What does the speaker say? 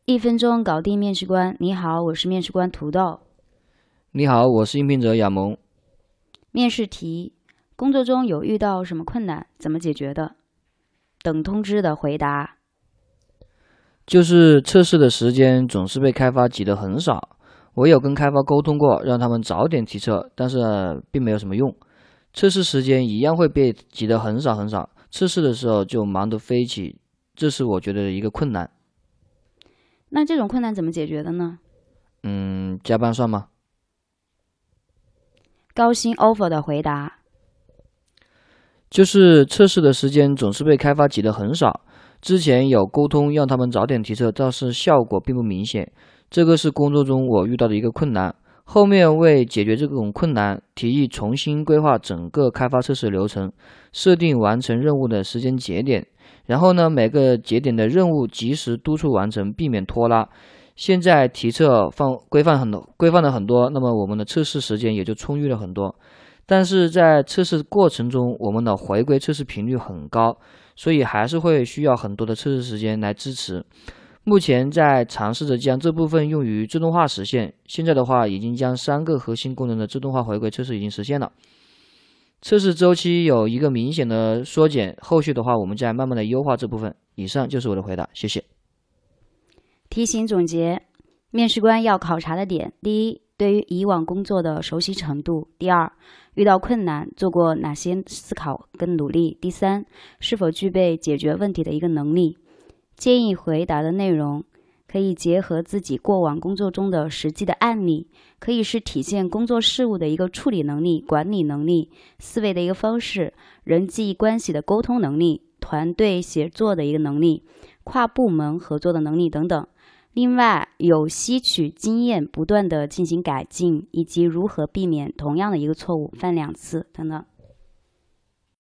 1分钟搞定面试官。你好，我是面试官土豆。 你好，我是应聘者亚萌。 面试题：工作中有遇到什么困难？怎么解决的？等通知的回答。 就是测试的时间总是被开发挤得很少，我有跟开发沟通过，让他们早点提测，但是并没有什么用。测试时间一样会被挤得很少很少，测试的时候就忙得飞起，这是我觉得的一个困难。 那这种困难怎么解决的呢？ 加班算吗？ 高薪 offer 的回答。 就是测试的时间总是被开发挤得很少，之前有沟通让他们早点提测，但是效果并不明显，这个是工作中我遇到的一个困难。后面为解决这种困难，提议重新规划整个开发测试流程，设定完成任务的时间节点，然后呢，每个节点的任务及时督促完成，避免拖拉。现在提测规范了很多，那么我们的测试时间也就充裕了很多。但是在测试过程中，我们的回归测试频率很高，所以还是会需要很多的测试时间来支持。目前在尝试着将这部分用于自动化实现，现在的话已经将3个核心功能的自动化回归测试已经实现了，测试周期有一个明显的缩减，后续的话我们再慢慢的优化这部分。以上就是我的回答，谢谢。 题型总结：面试官要考察的点：第一，对于以往工作的熟悉程度；第二，遇到困难做过哪些思考跟努力；第三，是否具备解决问题的一个能力。建议回答的内容可以结合自己过往工作中的实际的案例，可以是体现工作事务的一个处理能力、管理能力、思维的一个方式、人际关系的沟通能力、团队协作的一个能力、跨部门合作的能力等等。另外，有吸取经验，不断的进行改进，以及如何避免同样的一个错误犯2次等等。